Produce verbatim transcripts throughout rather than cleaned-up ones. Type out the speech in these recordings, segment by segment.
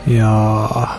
いやー、あ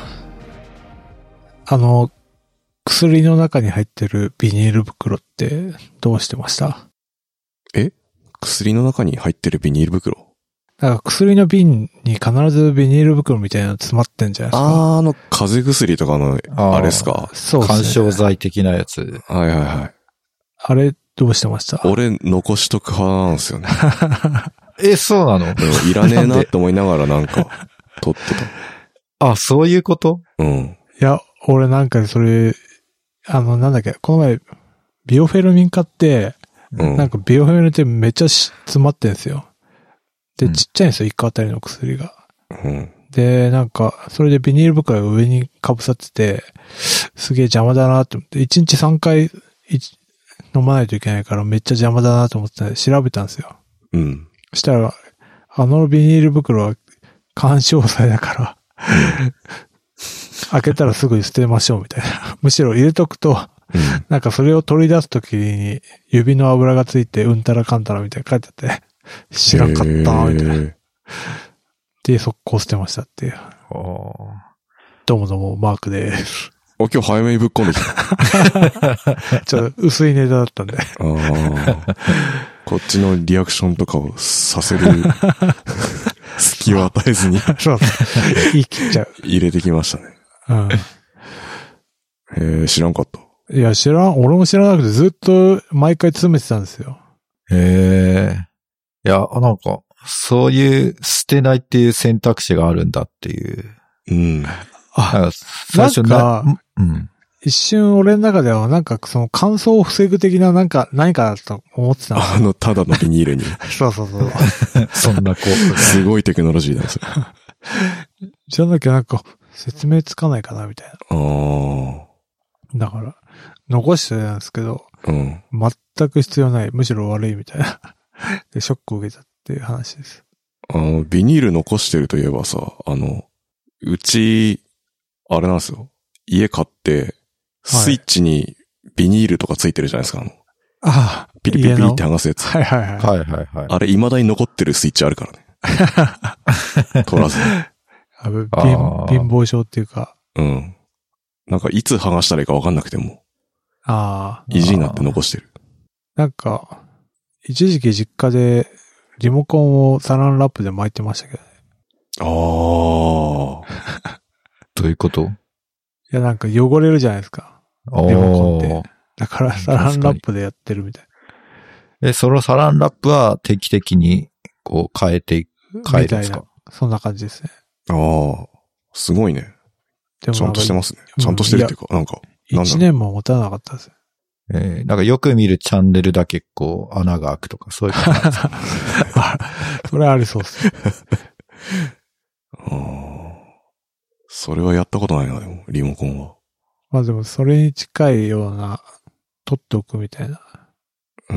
の、薬の中に入ってるビニール袋ってどうしてました？ え？薬の中に入ってるビニール袋？ だから薬の瓶に必ずビニール袋みたいなの詰まってんじゃないですか。 あー、あの、風邪薬とかの、あれですか？ そうですね。 干渉剤的なやつ。 はいはいはい。 あれ、どうしてました？ 俺、残しとく派なんですよね。 え、そうなの？ でもいらねえなって思いながらなんか、取ってあ、そういうこと？ た。うん。 いや、俺なんかそれ、あの、なんだっけ、この前、ビオフェルミン買って、 うん、 なんかビオフェルミンってめっちゃ詰まってんですよ。で、 うん、 ちっちゃいんですよ、一個あたりの薬が。 うん。 で、なんか、それでビニール袋が上にかぶさってて、すげえ邪魔だなって思って、いちにちさんかい飲まないといけないからめっちゃ邪魔だなと思って調べたんですよ。 うん。 そしたら、あのビニール袋は干渉剤だから、開けたらすぐに捨てましょうみたいな。むしろ入れとくと、 うん、 なんかそれを取り出すときに指の油がついてうんたらかんたらみたいな書いてあって、知らんかったみたいな。で、速攻捨てましたっていう。どうもどうもマークです。 お、今日早めにぶっ込んできた。ちょっと薄いネタだったんで。ああ。こっちのリアクションとかをさせる隙を与えずに。 そう。言い切っちゃう。 入れてきましたね。 うん。 へえ、知らんかった。 いや、知らん、俺も知らなくてずっと毎回詰めてたんですよ。 へえ。いや、なんか、そういう捨てないっていう選択肢があるんだっていう。 うん。 あ、最初な、 なんか、うん。 一瞬俺の中ではなんかその乾燥を防ぐ的ななんか何かだと思ってたんですよ。 あの、ただのビニールに。 そうそうそう。 そんなこう。 すごいテクノロジーなんですよ。 じゃなきゃなんか説明つかないかなみたいな。 ああ。 だから、残してたんですけど、 うん。 全く必要ない。むしろ悪いみたいな。で、ショックを受けたっていう話です。 あの、ビニール残してるといえばさ、あの、うち、あれなんですよ。家買って、スイッチにビニールとかついてるじゃないですか。あの、 ああ、 ピリピリピリって剥がすやつ。 はいはいはい。 はいはいはい。 あれ未だに残ってるスイッチあるからね。取らずに。 あ貧貧乏症っていうか。 うん。なんかいつ剥がしたらいいか分かんなくても。 ああ。 意地になって残してる。 なんか、一時期実家でリモコンをサランラップで巻いてましたけどね。 ああ。 どういうこと？ いやなんか汚れるじゃないですか。リモコンって。だからサランラップでやってるみたい。 え、そのサランラップは定期的にこう変えて、変えるんですか？ そんな感じですね。 ああ。すごいね。ちゃんとしてますね。ちゃんとしてるっていうか、なんか。 一年も持たなかったです。 えー、なんかよく見るチャンネルだけこう穴が開くとかそういう感じですか？ それはありそうっす。 ああ。それはやったことないな、でも、リモコンは。 まあでも、それに近いような、取っておくみたいな。 うん。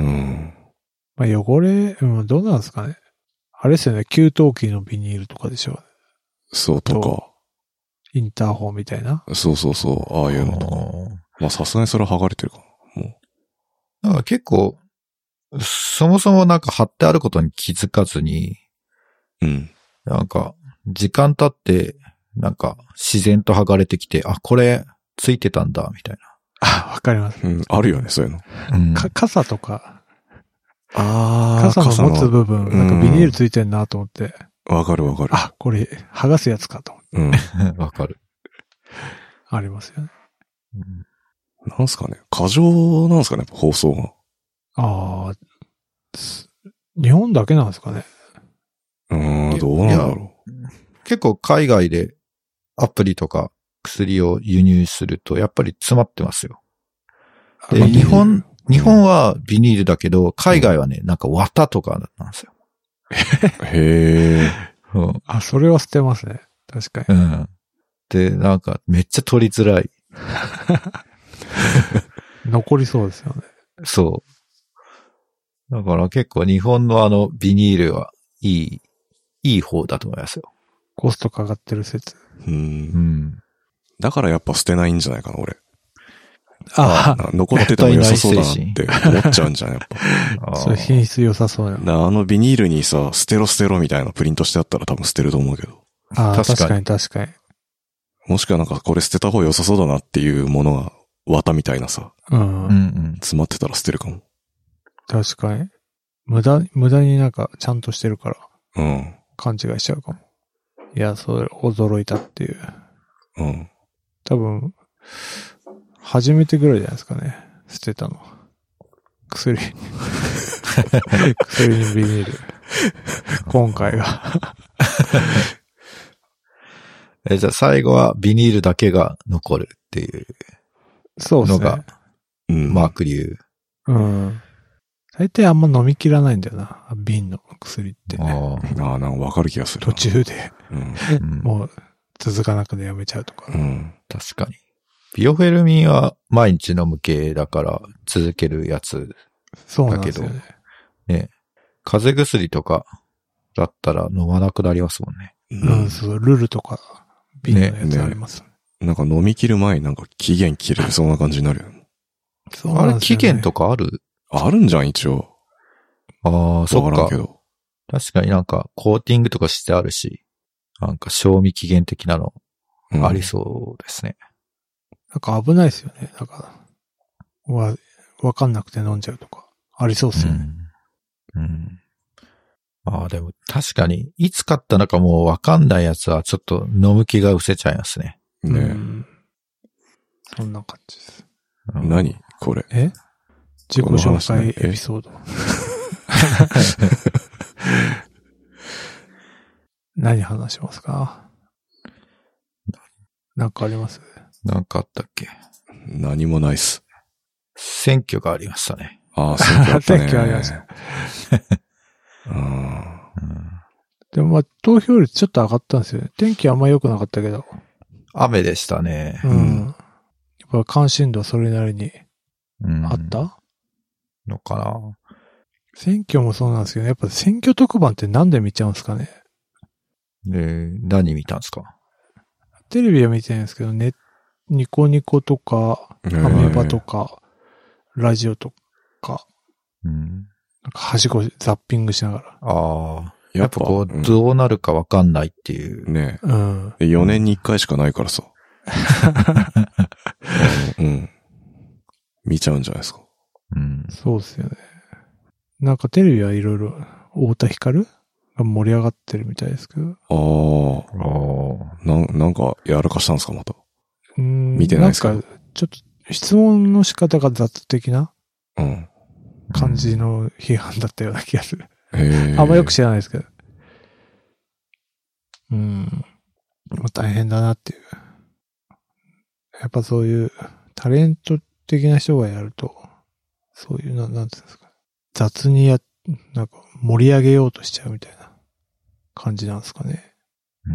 まあ汚れ、うん、どうなんですかね。あれですよね、給湯器のビニールとかでしょ。 そうとか。 インターホンみたいな。 そうそうそう、ああいうのとか。まあさすがにそれは剥がれてるかな。もう。なんか結構、そもそもなんか貼ってあることに気づかずに、 うん。 なんか、時間経って、なんか、自然と剥がれてきて、あ、これ、ついてたんだ、みたいな。 あ、わかります。 うん、あるよね、そういうの。 うん、 か、傘とか。 ああ、 傘の持つ部分、なんかビニールついてんなと思って。 わかるわかる。 あ、これ、剥がすやつかと思って。 うん。わかる。 ありますよね。 うん、 なんすかね。過剰なんすかね、放送が。 ああ、日本だけなんですかね。 うーん、どうなんだろう。 結構海外でアプリとか薬を輸入するとやっぱり詰まってますよ。で、日本、日本はビニールだけど、海外はね、なんか綿とかなんですよ。 へー、うん。 あ、それは捨てますね。確かに。うん。で、なんかめっちゃ取りづらい。 残りそうですよね。 そう。だから結構日本のあのビニールはいい、いい方だと思いますよ。 コストかかってる説。 うん。うん。だからやっぱ捨てないんじゃないかな、俺。 ああ、残ってても良さそうだなって思っちゃうんじゃん、やっぱ。 それ品質良さそうやな。あのビニールにさ、捨てろ捨てろみたいなプリントしてあったら多分捨てると思うけど。 ああ、確かに確かに。 もしくはなんかこれ捨てた方が良さそうだなっていうものが綿みたいなさ。 うん。うんうん。 詰まってたら捨てるかも。 確かに。無駄、無駄になんかちゃんとしてるから。 うん。 勘違いしちゃうかも。いや、それ驚いたっていう。 うん。 多分、初めてぐらいじゃないですかね。捨てたの。薬。薬にビニール。今回が。 え、じゃあ最後はビニールだけが残るっていうそうですね。 のが、マーク流。 うん。大体あんま飲み切らないんだよな。瓶の薬って。 ああ、なんかわかる気がする。 途中で、 うん、 もう続かなくてやめちゃうとか。 うん、 確かに。ビオフェルミンは毎日飲む系だから続けるやつだけど。 そうなんですよね。 ね。風邪薬とかだったら飲まなくなりますもんね。 うん、うん、そう、ルルとか瓶のやつあります、ねね。なんか飲み切る前になんか期限切れそうな感じになるよね。 そうなんですよね。 あれ期限とかある？ あるんじゃん、一応。 ああ、そっか。 わからんけど。 確かになんかコーティングとかしてあるし、なんか賞味期限的なのありそうですね。 うん、なんか危ないですよね。なんか、わ、わかんなくて飲んじゃうとか。ありそうですよね。 うん。うん、ああ、でも確かに、いつ買ったのかもうわかんないやつはちょっと飲む気が失せちゃいますね。 ねえ。 うん、そんな感じです。 うん、何これ。 え自己紹介エピソード。何話しますか？なんかあります？ なんかあったっけ？ 何もないっす。 選挙がありましたね。 ああ、選挙あったね。 選挙ありました。 うん、 でもまあ投票率ちょっと上がったんですよね。天気あんま良くなかったけど。 雨でしたね。 うん。やっぱ関心度それなりにあった、うん、 のかな。 選挙もそうなんですけど、やっぱ選挙特番ってなんで見ちゃうんですかね。 で、何見たんですか？ テレビは見てないんですけど、ね、ニコニコとか、アメバとか、ラジオとか、 うん、 なんかはしごザッピングしながら。 ああ。やっぱこう、どうなるかわかんないっていう。 ねえ。うん。 よねんにいっかいしかないからさ。うん。見ちゃうんじゃないですか。 うん。 そうですよね。なんかテレビはいろいろ、太田光が盛り上がってるみたいですけど。 ああ。な、なんかやらかしたんですか、また。 うん。 見てないですか。 なんか、ちょっと質問の仕方が雑的なうん。 感じの批判だったような気がする。 へあんまよく知らないですけど。うん。まあ、大変だなっていう。やっぱそういうタレント的な人がやると、そういうな、なんていうんですか。雑にや、なんか盛り上げようとしちゃうみたいな感じなんですかね。 うん。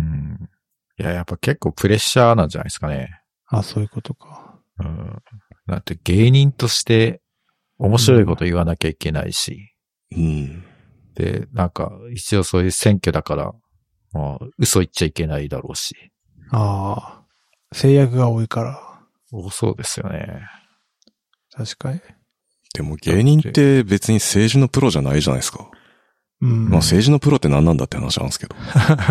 いや、やっぱ結構プレッシャーなんじゃないですかね。 あ、そういうことか。 うん。だって芸人として面白いこと言わなきゃいけないし。 うん。 で、なんか一応そういう選挙だから、まあ、嘘言っちゃいけないだろうし。 ああ。制約が多いから。 多そうですよね。 確かに。 でも芸人って別に政治のプロじゃないじゃないですか。 うん。 まあ政治のプロって何なんだって話なんですけど。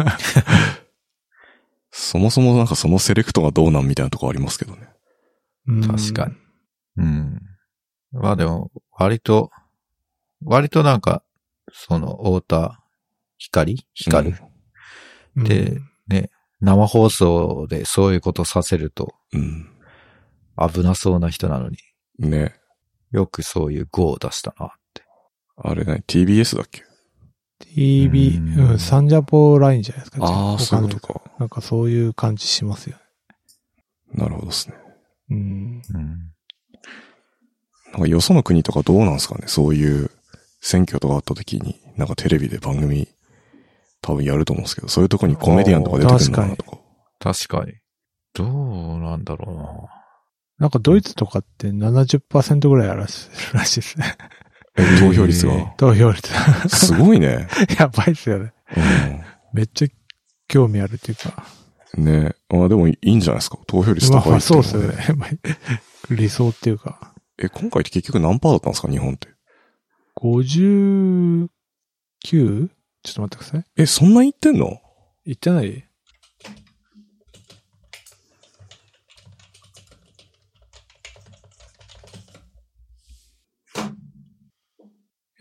そもそもなんかそのセレクトがどうなんみたいなとこありますけどね。 うん、 確かに。うん。まあでも、割と、割となんか、その、太田光光る、うん、で、ね、生放送でそういうことさせると、 うん、 危なそうな人なのに。 ね。 よくそういう語を出したなって。 あれ何 ティービーエス だっけティービー、うん、サンジャポラインじゃないですか。 ああ、そういうことか。 なんかそういう感じしますよね。 なるほどですね。 うん。 うんなんかよその国とかどうなんですかね、そういう選挙とかあった時に、なんかテレビで番組多分やると思うんですけど、そういうとこにコメディアンとか出てくるのかなとか。 確かに。確かに。どうなんだろうな。 なんかドイツとかって ななじゅっパーセント ぐらいあるらしいですね。 え、投票率が。 投票率。 すごいね。 やばいっすよね。うん、めっちゃ興味あるっていうか。 ねえ。あ、でもいいんじゃないですか。投票率高いっていうのは、ね。 まあそうですよね。理想っていうか。 え、今回って結局何パーだったんですか、日本って。 ごじゅうきゅう? ちょっと待ってください。 え、そんな言ってんの？ 言ってない？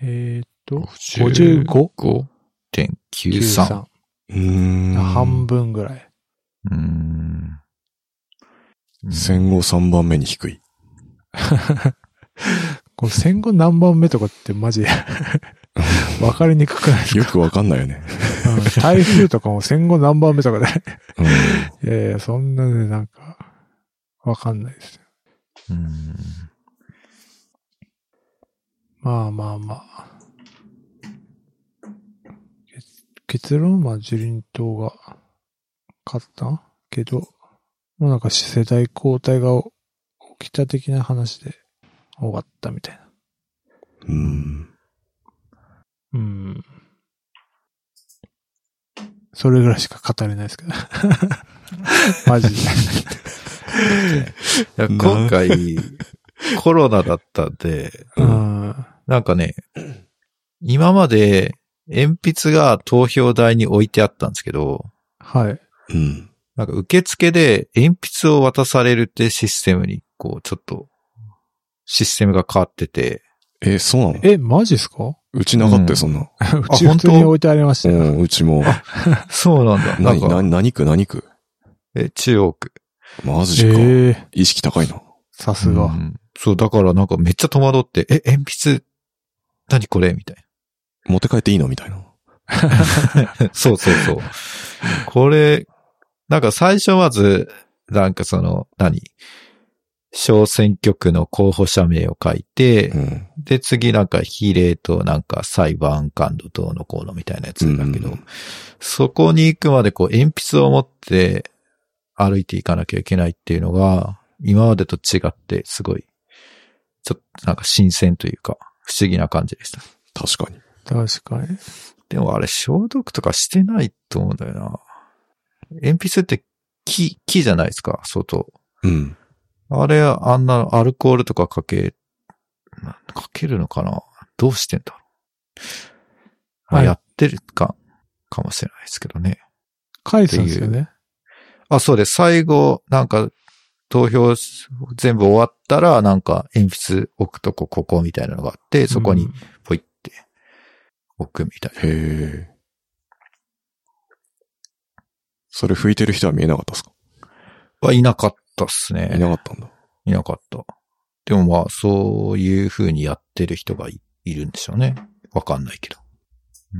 えーっと、ごじゅうごてんきゅうさん。 うーん。 半分ぐらい。 うーん。 戦後さんばんめに低い。 これ戦後何番目とかってマジわかりにくくないですか？ よくわかんないよね。 うん、台風とかも戦後何番目とかで。 うん、 いやいや、そんなね、なんか、わかんないですよ。 うーん。 まあまあまあ。結論は自民党が勝ったけど、もうなんか世代交代が起きた的な話で終わったみたいな。 うん。 うん。それぐらいしか語れないですけど。マジで。 いや今回、コロナだったんで、 うん、 なんかね、今まで鉛筆が投票台に置いてあったんですけど、 はい。 うん。 なんか受付で鉛筆を渡されるってシステムに、こう、ちょっと、システムが変わってて。 え、そうなの？ え、マジっすか？ うちなかったよ、そんな。 うち普通に置いてありましたよ。 うん、うちも。 そうなんだ。 なに、な、何区何区？ え、中央区。 マジか。えー、意識高いな。 さすが、 うん。そう、だからなんかめっちゃ戸惑って、え、鉛筆、何これみたいな。 持って帰っていいのみたいな。 そうそうそう。これ、なんか最初まず、なんかその、何小選挙区の候補者名を書いて、うん、で、次なんか比例となんか裁判官のどうのこうのみたいなやつだけど、うん、そこに行くまでこう鉛筆を持って歩いていかなきゃいけないっていうのが、今までと違ってすごい、ちょっとなんか新鮮というか、不思議な感じでした。 確かに。 確かに。 でもあれ消毒とかしてないと思うんだよな。鉛筆って木、木じゃないですか、相当。 うん。 あれ、あんなアルコールとかかけ、かけるのかな？どうしてんだろう。まあ、やってるか、かもしれないですけどね。 返すんですよね。 あ、そうです。最後、なんか、投票全部終わったら、なんか、鉛筆置くとこ、ここみたいなのがあって、そこに、ポイって置くみたいな。 うん、へえ。それ拭いてる人は見えなかったですか？ はいなかったっすね。 いなかったんだ。 いなかった。でもまあ、そういう風にやってる人が い, いるんでしょうね。わかんないけど。うん。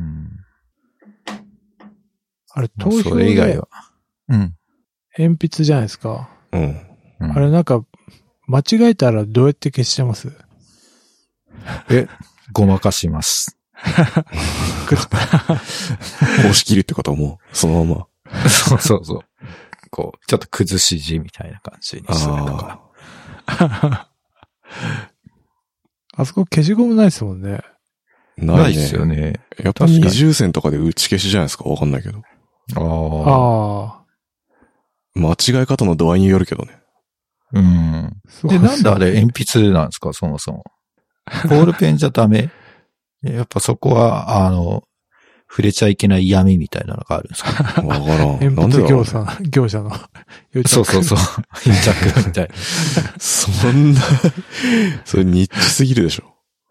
あれ、投票で、 それ以外は。うん。 鉛筆じゃないですか。 うん。 うん、あれなんか、間違えたらどうやって消してます？ え、ごまかします。 公式切るってことはもう、そのまま。 そうそうそう。こう、ちょっと崩し字みたいな感じにするとか。 あ, あそこ消しゴムないですもんね。 ないね。 ないですよね。 やっぱり二重線とかで打ち消しじゃないですか？わかんないけど。 ああ。 間違い方の度合いによるけどね。 うん。で、なんであれ鉛筆なんですか？そもそも。ボールペンじゃダメ？やっぱそこは、あの、触れちゃいけない闇みたいなのがあるんですか？ わからん。 鉛筆業者、業者の。 そうそうそう。癒着みたい。 そんな、それニッチすぎるでしょ。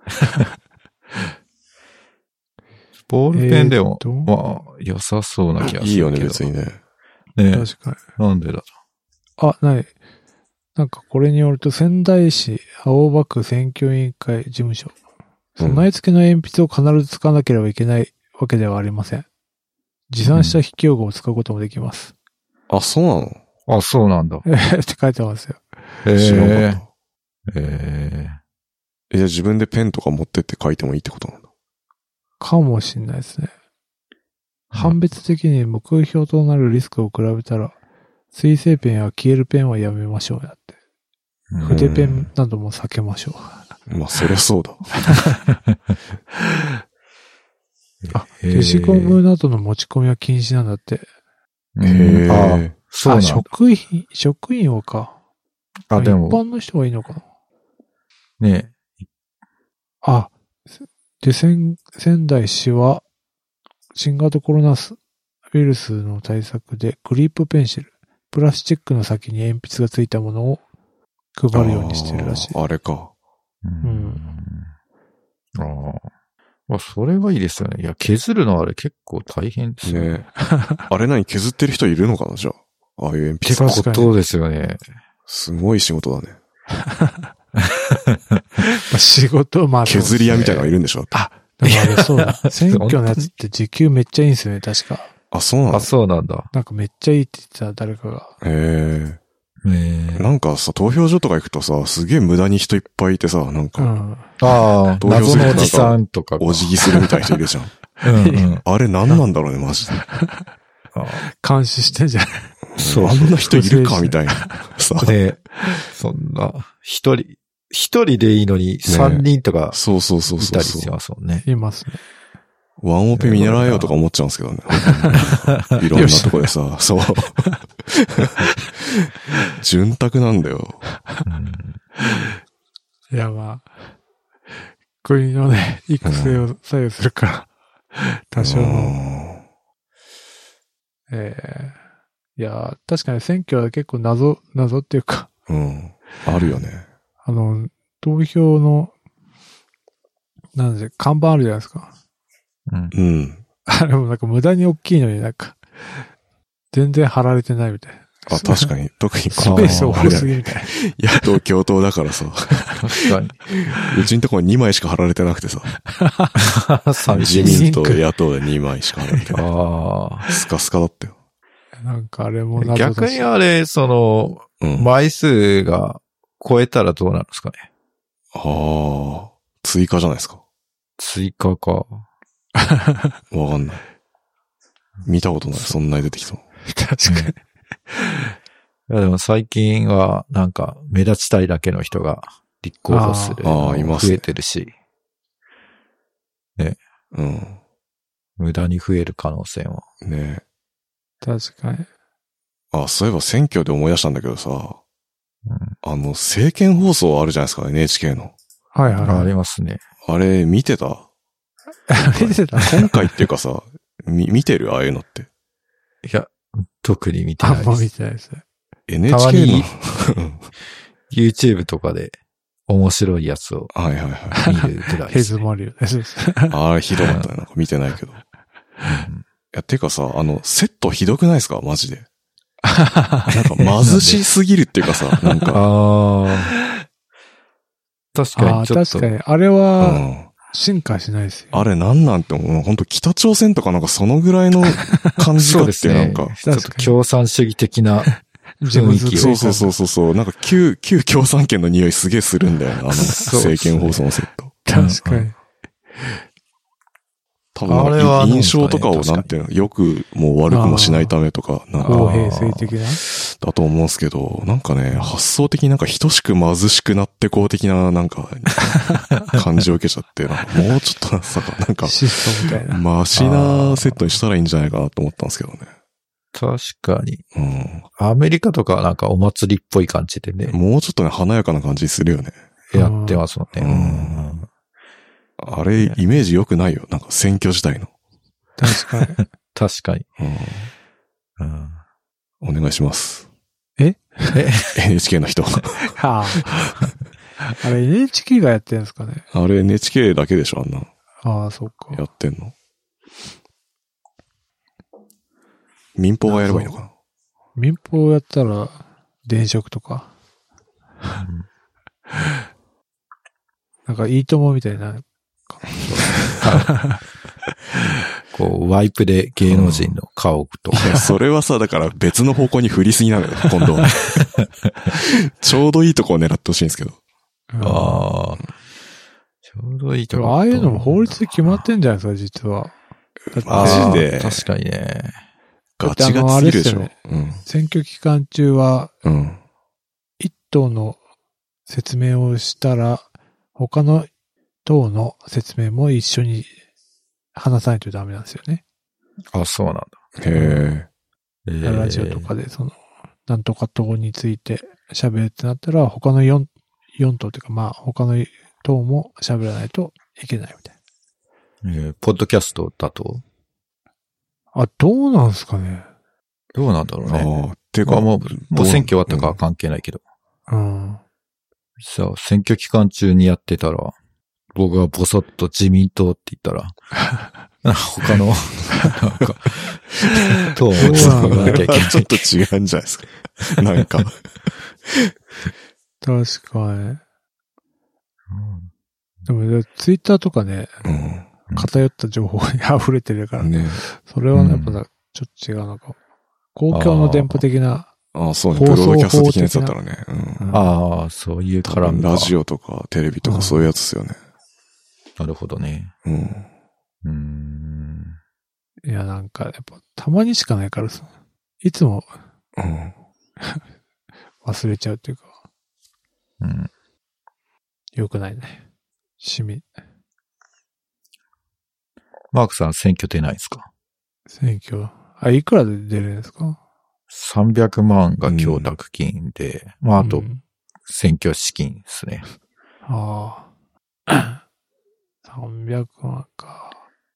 ボールペンでも、まあ、良さそうな気がするけど。 いいよね、別にね。 ね。 確かに。 なんでだろう。あ、ない。なんかこれによると仙台市青葉区選挙委員会事務所。備え付けの鉛筆を必ず使わなければいけないわけではありません。持参した筆記用具を使うこともできます。 うん、あ、そうなの？ あ、そうなんだ。 って書いてますよ。 へえ。 知らなかった。 へえ。 え、じゃあ自分でペンとか持ってって書いてもいいってことなんだ。 かもしんないですね。判別的に目標となるリスクを比べたら、水性ペンや消えるペンはやめましょうやって。筆ペンなども避けましょう。まあ、そりゃそうだ。 あ、消しゴムなどの持ち込みは禁止なんだって。 へえ。あ、そうなんだ。 職員、職員をか。 あ、でも。 一般の人はいいのかな。ねえ。 あ、で、仙台市は、新型コロナウイルスの対策で、グリップペンシル、プラスチックの先に鉛筆がついたものを配るようにしてるらしい。 あ, あれか。 うん。ああ。 あ、それはいいですよね。いや、削るのあれ結構大変ですよね。 ねあれ何削ってる人いるのかなじゃあ。ああいう鉛筆。 ってことですよね。 すごい仕事だね。 まあ仕事、まあ、 削り屋みたいなのがいるんでしょあ、でもあれそうだ。選挙のやつって時給めっちゃいいんですよね、確か。 あ、そうなんだ。 あ、そうなんだ。 なんかめっちゃいいって言ってた、誰かが。 へええ。 ー、 なんかさ、投票所とか行くとさ、すげえ無駄に人いっぱいいてさ、なんか。 うん、 ああ、 投票する謎のおじさんとか。 お辞儀するみたいな人いるじゃん。 うんうん、 あれ何なんだろうね、マジで。 監視してんじゃん。 そう。あんな人いるかみたいな。さ。 ねそんな、一人、一人でいいのに三人とか、 そうそうそうそう。 いたりしますもんね。 いますね。 ワンオペ見習えようとか思っちゃうんですけどね。いろんなとこでさ、そう。潤沢なんだよ。 うん、いや、まあ、国のね、育成を左右するから、多少の。ええー、いや、確かに選挙は結構謎、謎っていうか。 うん。あるよね。 あの、投票の、なんで、看板あるじゃないですか。 うん。 うん。 あれもなんか無駄に大きいのになんか、全然貼られてないみたいな。 あ、確かに。特にスペース多すぎみたいな。 野党共闘だからさ。 確かに。 うちのところにまいしか貼られてなくてさ。自民党野党でにまいしか貼られてない。ああ。スカスカだったよ。 なんかあれも謎だし。 逆にあれ、その、うん、枚数が超えたらどうなるんですかね。 ああ。追加じゃないですか。 追加か。わかんない。見たことない。そんなに出てきたの。 確かに。 いやでも最近はなんか目立ちたいだけの人が立候補するのが増えてるし。ね。 うん。 無駄に増える可能性も。 ね。 確かに。 あ、そういえば選挙で思い出したんだけどさ。 うん、 あの、政見放送あるじゃないですか、エヌエイチケー の。 はいはい、はい。 ありますね。 あれ、見てた見てた今回っていうかさ、み、見てるああいうのって。 いや、特に見てないです。 あんま見てないですね。 エヌエイチケー の。 YouTube とかで面白いやつをはいはいはい。 見るぐらいです、ね。 ヘズマリオです。 ああ、ひどかったね。なんか見てないけど。うん、いや、てかさ、あの、セットひどくないですかマジで。なんか貧しすぎるっていうかさ、なんか。 ああ。確かにちょっと。 確かに。あれは、進化しないですよ、 うん。あれなんなんて思う。本当北朝鮮とかなんかそのぐらいの感じかってなんか。 ちょっと共産主義的な雰囲気を。 そうそうそうそうそう。なんか旧、旧共産圏の匂いすげえするんだよな。あの、政見放送のセット。 確かに。 多分あれは印象とかをなんていうの、よくも悪くもしないためとか、なんか。 公平性的なだと思うんですけど、なんかね、発想的になんか等しく貧しくなってこう的な、なんか、感じを受けちゃって、なんかもうちょっとさ、なんか、 シストみたいな。 マシなセットにしたらいいんじゃないかなと思ったんですけどね。 確かに。 うん。 アメリカとかはなんかお祭りっぽい感じでね。 もうちょっとね、華やかな感じするよね。 やってますもんね。 うん。あれ、イメージ良くないよ。なんか選挙時代の。 確かに。 確かに。 うん。お願いします。 ええエヌエイチケー の人。はあ。あれ エヌエイチケー がやってるんですかね。 あれ エヌエイチケー だけでしょ、あんな。 ああ、そっか。 やってんの。民放がやればいいのかな。 民放やったら、電飾とか。 うん、 なんかいいともみたいな。 こう、ワイプで芸能人の顔とか。 うん、いや、それはさ、だから別の方向に振りすぎなのよ、今度。ちょうどいいとこを狙ってほしいんですけど。 ああ。ちょうどいいとこ。 ああいうのも法律で決まってんじゃないですか、実は。 マジで。 確かにね。 ガチガチすぎるでしょ。ね、 うん、選挙期間中は、 うん、 一党の説明をしたら、他の党の説明も一緒に話さないとダメなんですよね。 あ、そうなんだ。 へえ。ラジオとかで、その、なんとか党について喋るってなったら、他の4、4党というか、まあ、他の党も喋らないといけないみたいな。えー、ポッドキャストだとあ、どうなんすかね。 どうなんだろうね。 ああ、てか、 もう、もう選挙終わったかは関係ないけど。 うん。 さあ、選挙期間中にやってたら、 僕がボソッと自民党って言ったら、他の、なんか、党をそうなんだなきゃいけない。 ちょっと違うんじゃないですか。なんか。 確かに。でも、ツイッターとかね、 うん、 偏った情報に溢れてるから、 ね。 それはね、やっぱちょっと違うのかも。公共の電波的な、 ああ、そうね。プロドキャスト的なやつだったらね。うん、 ああ、そういう絡みか。 ラジオとかテレビとかそういうやつですよね。 なるほどね。 うん。 うーん。 いや、なんか、やっぱ、たまにしかないからさ、いつも、 うん、 忘れちゃうっていうか、 うん。 良くないね。趣味。 マークさん選挙出ないですか？ 選挙。あ、いくらで出るんですか？ さんびゃくまんが供託金で、うん、まあ、あと、選挙資金ですね。 うん、ああ。さんびゃくまんか。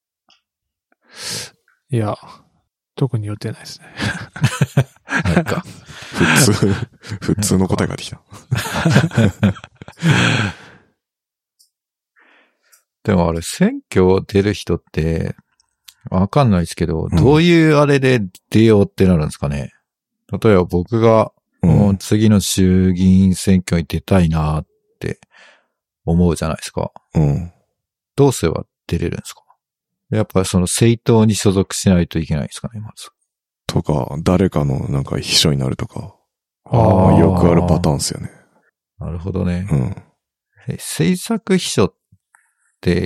いや、特に予定ないですね。 なんか。 普通、普通の答えができた。 でもあれ、選挙出る人って、わかんないですけど、うん、どういうあれで出ようってなるんですかね。例えば僕が、もう次の衆議院選挙に出たいなって思うじゃないですか。 うん。 どうすれば出れるんですか？やっぱその政党に所属しないといけないですかね、まず。 とか、誰かのなんか秘書になるとか。ああ、よくあるパターンですよね。 なるほどね。 うん。 政策秘書って、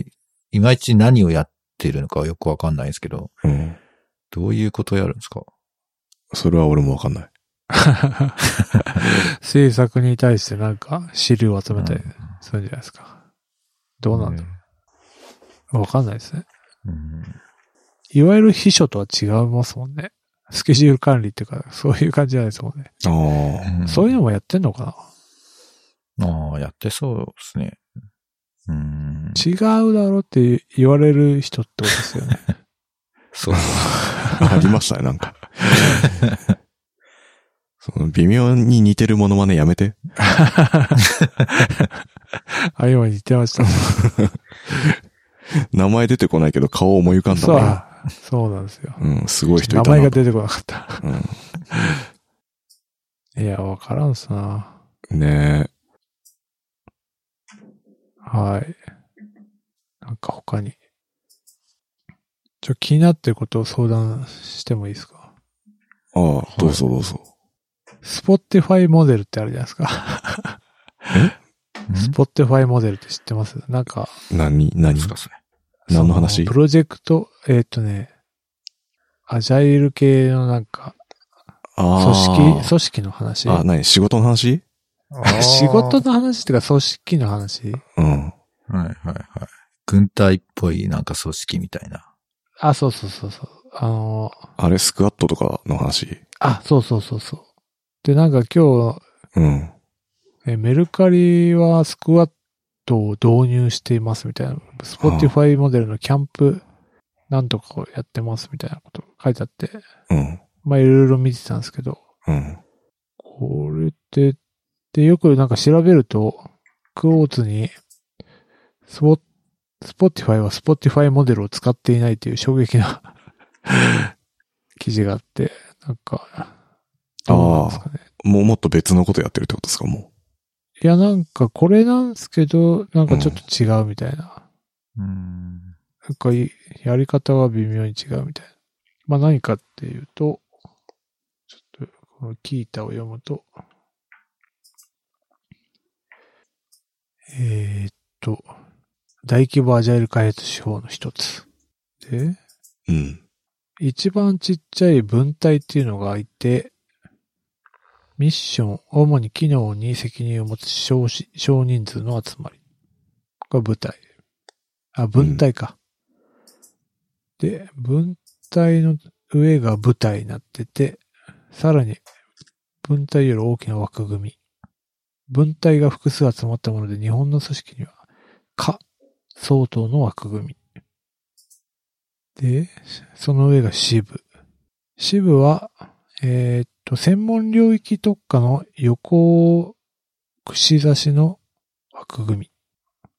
いまいち何をやってるのかはよくわかんないんですけど、 うん。 どういうことをやるんですか？ それは俺もわかんない。 政策に対してなんか資料を集めたりするんじゃないですか。どうなんだろう。わかんないですね。 うん、 いわゆる秘書とは違いますもんね。スケジュール管理っていうか、そういう感じじゃないですもんね。 ああ。そういうのもやってんのかな？ああ、やってそうですね。うん、 違うだろうって言われる人ってことですよね。 そう。 ありましたね、なんか。その微妙に似てるモノマネやめて。 あ、今似てました。 名前出てこないけど顔思い浮かんだな。 そう、そうなんですよ。 うん、すごい人いたな。 名前が出てこなかった。 うん、 いや、わからんすな。 ねえ。はい。なんか他に。ちょ、気になってることを相談してもいいですか？ ああ、どうぞどうぞ。 スポティファイモデルってあるじゃないですか。 え？ スポティファイモデルって知ってます？なんか。 何、何ですかそれ。何の話？ プロジェクト、えー、っとね、アジャイル系のなんか、組織、組織の話。 あ、何？仕事の話？ 仕事の話っていうか組織の話。 うん。はいはいはい。軍隊っぽいなんか組織みたいな。 あ、そうそうそうそう。あのー、 あれ、スクワットとかの話。 あ、そうそうそうそう。で、なんか今日、 うん。 え、メルカリはスクワットを導入していますみたいな。スポティファイモデルのキャンプなんとかをやってますみたいなこと書いてあって。 うん。 まあ、いろいろ見てたんですけど。 うん。 これって、で、よくなんか調べると、クォーツに、スポ、スポティファイはスポティファイモデルを使っていないという衝撃な記事があって、なんか、どうなんですかね。 もうもっと別のことやってるってことですか、もう。いや、なんかこれなんですけど、なんかちょっと違うみたいな。 うん。 なんかやり方は微妙に違うみたいな。まあ何かっていうと、ちょっとこのキータを読むと、えー、っと、大規模アジャイル開発手法の一つ。で、 うん。 一番ちっちゃい分隊っていうのがいて、ミッション、主に機能に責任を持つ少少人数の集まり。これ部隊。あ、分隊か。うん、で、分隊の上が部隊になってて、さらに分隊より大きな枠組み。分隊が複数集まったもので、日本の組織には、課相当の枠組み。で、その上が支部。支部は、えー、っと、専門領域特化の横串刺しの枠組み。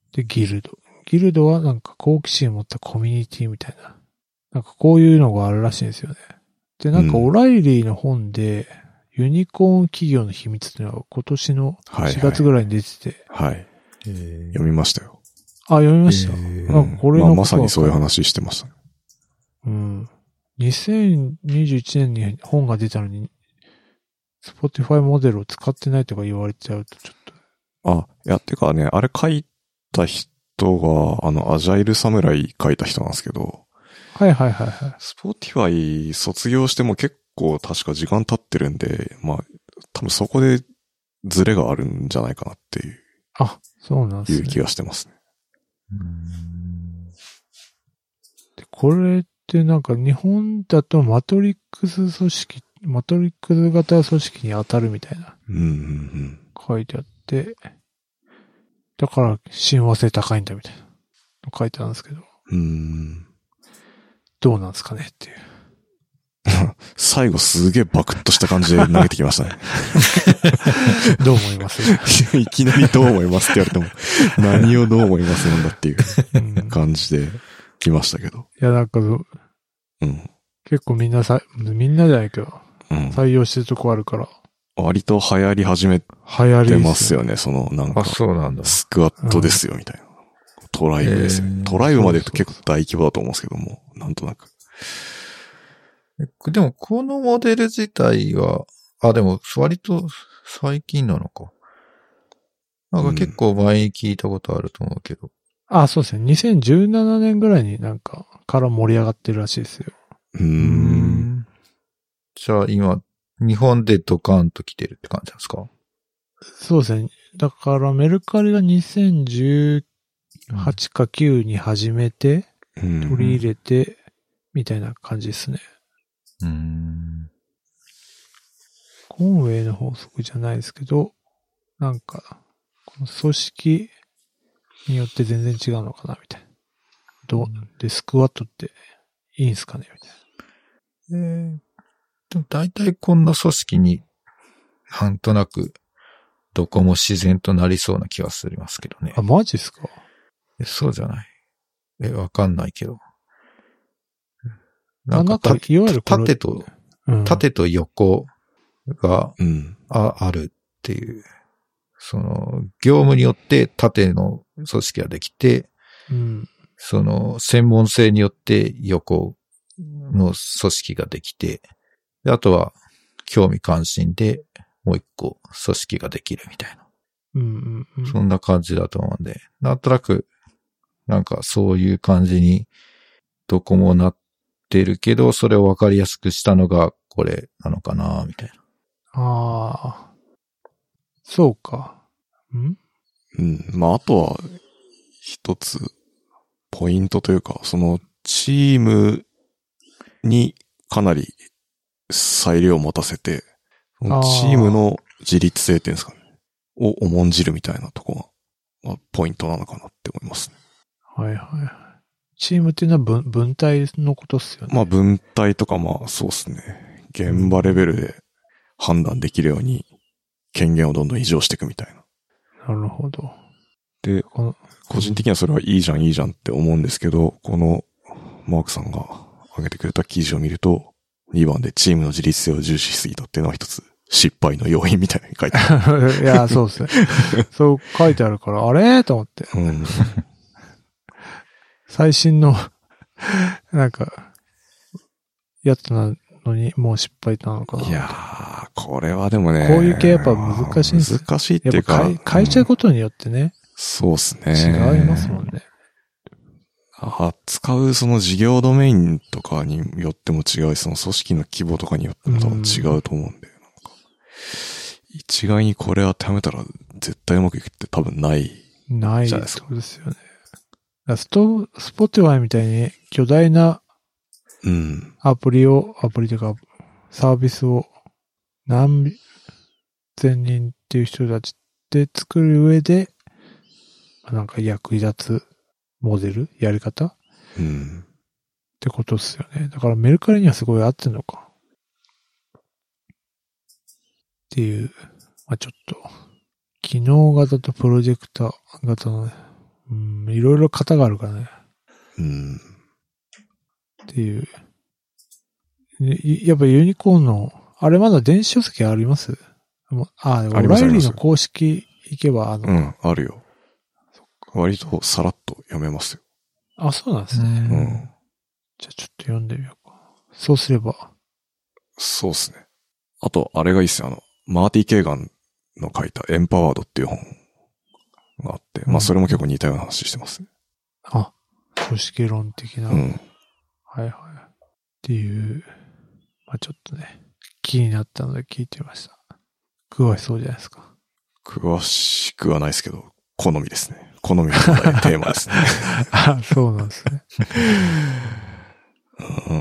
で、ギルド。ギルドはなんか好奇心を持ったコミュニティみたいな。なんかこういうのがあるらしいんですよね。で、なんかオライリーの本で、ユニコーン企業の秘密っていうのが今年のしがつぐらいに出てて。 はい、はい。読みましたよ。 あ、読みました。なんかこれの、 まあ、まさにそういう話してましたね。 うん。にせんにじゅういちねんに本が出たのに、Spotify モデルを使ってないとか言われちゃうとちょっと。あ、いや、てかね、あれ書いた人が、あの、アジャイルサムライ書いた人なんですけど。 はいはいはいはい。 Spotify 卒業しても結構確か時間経ってるんで、まあ、多分そこでズレがあるんじゃないかなっていう。 あ、そうなんですね。 いう気がしてますね。 うーんで、これってなんか日本だとマトリックス組織、マトリックス型組織に当たるみたいな。 うんうんうん。 書いてあって、だから親和性高いんだみたいなの書いてあるんですけど。 うーん。 どうなんですかねっていう。 最後すげえバクッとした感じで投げてきましたね。 どう思いますいきなりどう思いますって言われても、何をどう思いますなんだっていう感じで来ましたけど。 いや、なんか、 うん、 結構みんなさ、みんなじゃないけど、 うん、 採用してるとこあるから。 割と流行り始めてますよね、そのなんか。 あ、そうなんだ。 スクワットですよ、みたいな。トライブですよ、えー。トライブまで言うと結構大規模だと思うんですけども、なんとなく。 でも、このモデル自体は、あ、でも、割と最近なのか。なんか結構前に聞いたことあると思うけど。 うん、あ、そうですね。にせんじゅうななねんぐらいになんか、から盛り上がってるらしいですよ。 うーん。 じゃあ今、日本でドカーンと来てるって感じなんですか？ そうですね。だからメルカリがにせんじゅうはちかきゅうに始めて、 うん、 取り入れて、みたいな感じですね。 うーん。 コンウェイの法則じゃないですけど、なんか、この組織によって全然違うのかな、みたいな。どう、で、スクワットっていいんすかね、みたいな。 えー、でも大体こんな組織になんとなくどこも自然となりそうな気はすりますけどね。 あ、マジっすか？ え、そうじゃない。え、わかんないけど。 なんか、なんかいわゆる縦と、うん、縦と横が、うん、あ、あるっていう。その、業務によって縦の組織ができて、 うん、 その、専門性によって横の組織ができて、であとは、興味関心でもう一個組織ができるみたいな。 うんうんうん、 そんな感じだと思うんで、なんとなく、なんかそういう感じに、どこもなってるけど、それをわかりやすくしたのがこれなのかな、みたいな。 ああ。そうか。んうん。まあ、あとは、一つ、ポイントというか、その、チームにかなり裁量を持たせて、チームの自立性っていうんですかね、を重んじるみたいなとこが、まあ、ポイントなのかなって思いますね。 はいはいはい。チームっていうのは分、分体のことっすよね。 まあ分体とかまあそうですね。現場レベルで判断できるように権限をどんどん移譲していくみたいな。なるほど。 で、個人的にはそれはいいじゃんいいじゃんって思うんですけど、このマークさんが挙げてくれた記事を見ると、にばんでチームの自立性を重視しすぎたっていうのは一つ失敗の要因みたいに書いてある。 いや、そうですね。そう書いてあるから、あれと思って。 うん最新の、なんか、やつなのに、もう失敗なのかな。 いやー、これはでもね。 こういう系やっぱ難しいんですよ。 難しいっていうか。 やっぱ会社ごとによってね。 うん、そうですね。 違いますもんね。 扱うその事業ドメインとかによっても違うし、その組織の規模とかによっても多分違うと思うんで、うん、なんか一概にこれ当てはめたら絶対うまくいくって多分ないじゃないですか。ないそうですよね。スト、スポティファイみたいに巨大なアプリを、うん、アプリというかサービスを何千人っていう人たちで作る上で、なんか役立つモデルやり方、 うん、 ってことですよね。だからメルカリにはすごい合ってんのか。っていう、まあちょっと、機能型とプロジェクター型のね、うーもいろいろ型があるからね。 うん。 っていう。やっぱユニコーンの、あれまだ電子書籍あります？あ、でもオライリーの公式行けばあの。 うん、あるよ。割とさらっと読めますよ。 あ、そうなんですね。うん。じゃあちょっと読んでみようか。そうすれば。 そうですね。あと、あれがいいっすよ。あの、マーティ・ケーガンの書いたエンパワードっていう本があって、うん、まあそれも結構似たような話してますね。 あ、組織論的な。うん。はいはい。っていう、まあちょっとね、気になったので聞いてみました。詳しそうじゃないですか。 詳しくはないですけど、好みですね。好みの問題テーマですね。 あ、そうなんですね。 うん、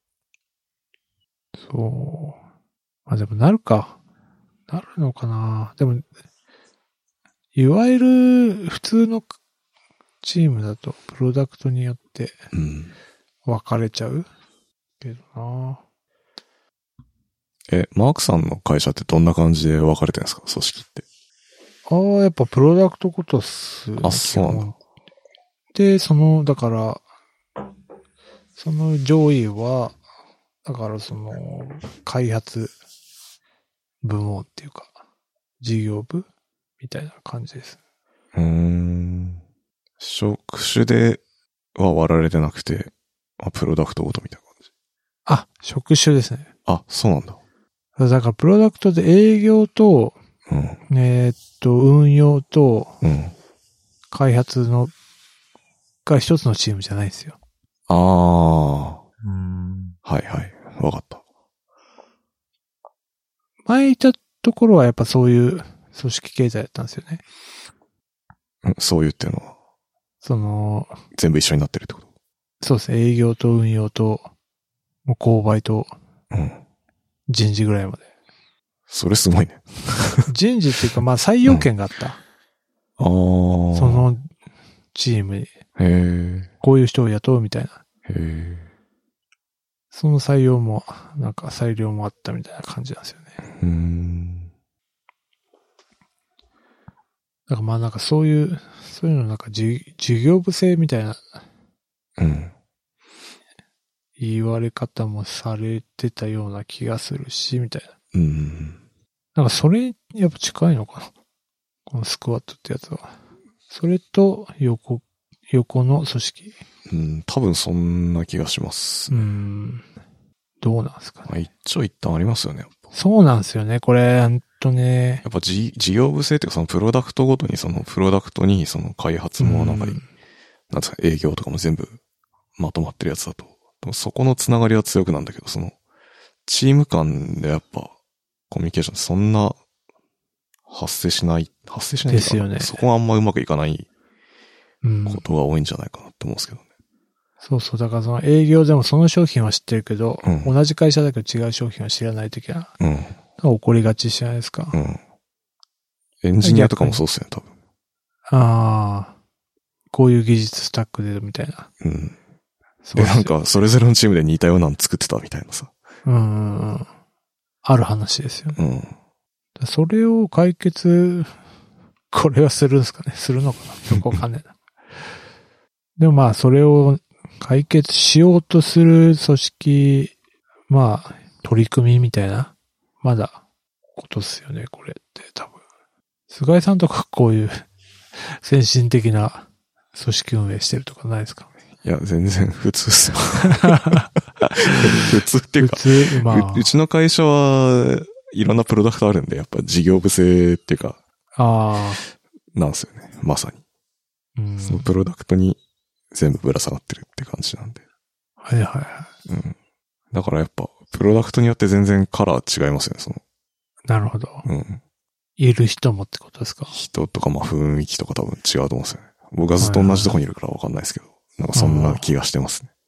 そう。まあでもなるか。なるのかな。でも、いわゆる普通のチームだとプロダクトによって分かれちゃうけどな。 え、マークさんの会社ってどんな感じで分かれてるんですか、組織って。 ああ、やっぱプロダクトごとっす、ね。 あ、そうなんだ。 で、その、だから、その上位は、だからその、開発部門っていうか、事業部みたいな感じです。 うーん。職種では割られてなくて、あ、プロダクトごとみたいな感じ。 あ、職種ですね。 あ、そうなんだ。 だからプロダクトで営業と、うん、えー、っと、運用と、開発の、が一つのチームじゃないですよ。 ああ。うん。はいはい。わかった。 前いたところはやっぱそういう組織経済だったんですよね。 うん、そういうっていうのは。 その、 全部一緒になってるってこと？ そうですね。営業と運用と、もう購買と、うん。人事ぐらいまで。 それすごいね。 人事っていうか、まあ採用権があった。うん、ああ。そのチームに。へえ。こういう人を雇うみたいな。へえ。その採用も、なんか裁量もあったみたいな感じなんですよね。うーん。だからまあなんかそういう、そういうのなんか事業部制みたいな。うん。言われ方もされてたような気がするし、みたいな。うん。なんかそれ、やっぱ近いのかな。このスクワットってやつは。それと横、横の組織。 うん、多分そんな気がします。 うん。どうなんですかね。 まあ、一長一短ありますよね、やっぱ。 そうなんですよね、これ、ほんとね。 やっぱ事業部制っていうか、そのプロダクトごとに、そのプロダクトに、その開発もなんか、うん、なんですか、営業とかも全部まとまってるやつだと。そこのつながりは強くなんだけど、その、チーム間でやっぱ、コミュニケーションそんな、発生しない、発生しないですよね。 そこはあんまうまくいかないことが多いんじゃないかなって思うんですけどね。 うん、そうそう、だからその営業でもその商品は知ってるけど、うん、同じ会社だけど違う商品は知らないときは、うん、起こりがちじゃないですか。うん。 エンジニアとかもそうっすよね、多分。 ああ、こういう技術スタックでみたいな。うん。 で、なんか、それぞれのチームで似たようなの作ってたみたいなさ。 うん。ある話ですよね。うん。それを解決、これはするんですかね？するのかな？よくわかんないな。でもまあ、それを解決しようとする組織、まあ、取り組みみたいな、まだ、ことっすよね、これって多分。菅井さんとかこういう先進的な組織運営してるとかないですか？ いや、全然普通っすよ。普通っていうか、普通、まあう、うちの会社はいろんなプロダクトあるんで、やっぱ事業部制っていうか、ああ、なんですよね、まさに。うん、そのプロダクトに全部ぶら下がってるって感じなんで。 はいはいはい。 うん。だからやっぱ、プロダクトによって全然カラー違いますよね、その。 なるほど。うん。いる人もってことですか？ 人とかまあ雰囲気とか多分違うと思うんですよね。僕はずっと同じとこにいるからわかんないですけど。なんかそんな気がしてますね。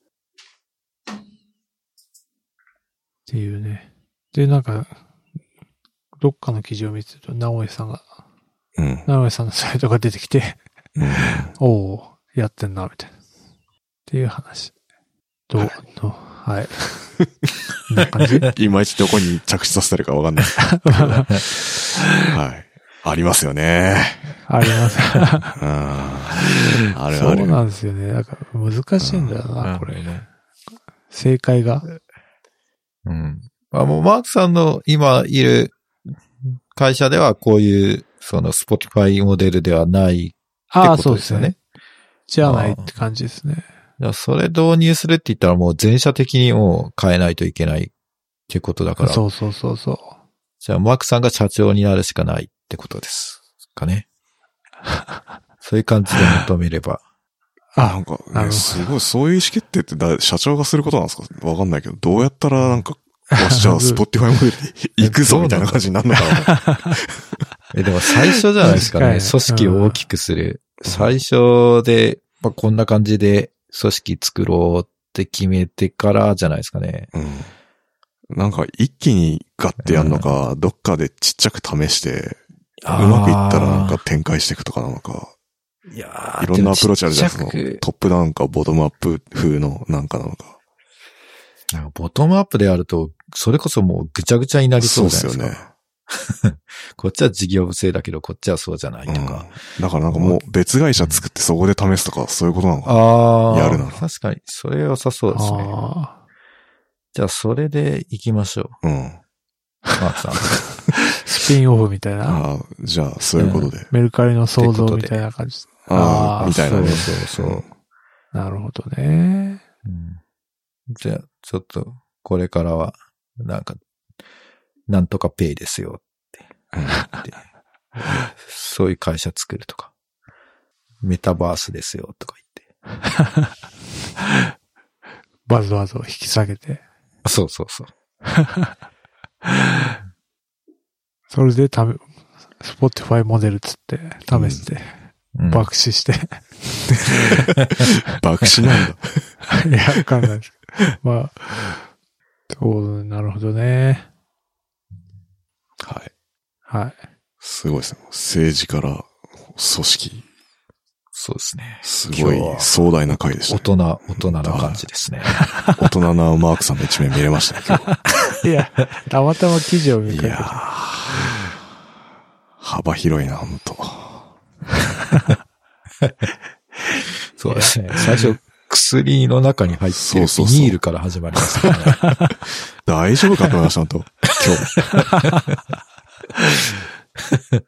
っていうね。で、なんか、どっかの記事を見てると、直江さんが、うん。直江さんのサイトが出てきて、うん、おおやってんな、みたいな。っていう話。どう、はい、はい。こんな感じ？ いまいちどこに着地させてるかわかんない。はい。ありますよね。 あります。 ああるある。 そうなんですよね。なんか難しいんだよな、これね。正解が。 うん。あ、もうマークさんの今いる会社ではこういう、その Spotify モデルではないってことですよね。 じゃないって感じですね。 じゃあそれ導入するって言ったらもう全社的にもう変えないといけないってことだから。 そうそうそうそう。 じゃあマークさんが社長になるしかないってことですかね。そういう感じで求めれば。 あ、なんか、ね、すごい、そういう意思決定ってだ社長がすることなんですかわかんないけど、どうやったらなんか、よし、じゃあ、Spotify モデルに行くぞみたいな感じになるのかな。 え、でも最初じゃないですかね。組織を大きくする。うん、最初で、まあ、こんな感じで組織作ろうって決めてからじゃないですかね。 うん。なんか、一気にガッてやるのか、うん、どっかでちっちゃく試して、うまくいったらなんか展開していくとかなのか。 いやー、 いろんなアプローチあるじゃないですか。トップダウンかボトムアップ風のなんかなのか。 なんかボトムアップでやると、それこそもうぐちゃぐちゃになりそうじゃないですか。そうですよね。こっちは事業部制だけど、こっちはそうじゃないとか。 うん、だからなんかもう別会社作ってそこで試すとか、そういうことなのかな。 ああ。 やるなら。 確かに、それ良さそうですね。じゃあ、それで行きましょう。うん。マークさん。 スピンオフみたいな。 ああ、じゃあ、そういうことで。 うん、メルカリの創造みたいな感じ。 ああ、みたいなね。 そうそうそう。うん、 なるほどね。 うん、じゃあ、ちょっと、これからは、なんか、なんとかペイですよって言って、そういう会社作るとか、メタバースですよとか言って。 バズワードを引き下げて。 そうそうそう。 それでため、Spotify モデルつって試して、うん、爆死して。 爆死なんだ。 いや、わかんないです。まあ、そう、なるほどね。 はい。 はい。 すごいですね。政治から組織。 そうですね。 すごい壮大な回でした、ね。 大人、大人な感じですね。 大人なマークさんの一面見れましたね、今日。いや、たまたま記事を見かけて。いや幅広いな、本当そうですね。最初、薬の中に入ってるビニールから始まりますからね。 大丈夫かと思いました、本当今日。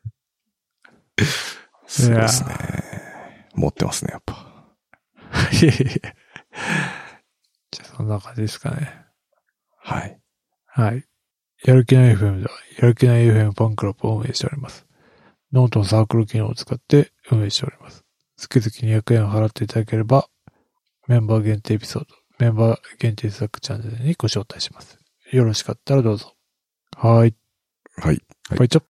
そうですね。持ってますね、やっぱ。 いやいやじゃあ、そんな感じですかね。 はい。 はい。やる気ない エフエム では、やる気ない エフエム ファンクラブを運営しております。ノートのサークル機能を使って運営しております。月々にひゃくえんを払っていただければ、メンバー限定エピソード、メンバー限定作チャンネルにご招待します。よろしかったらどうぞ。はい。 はい。 バイチョ。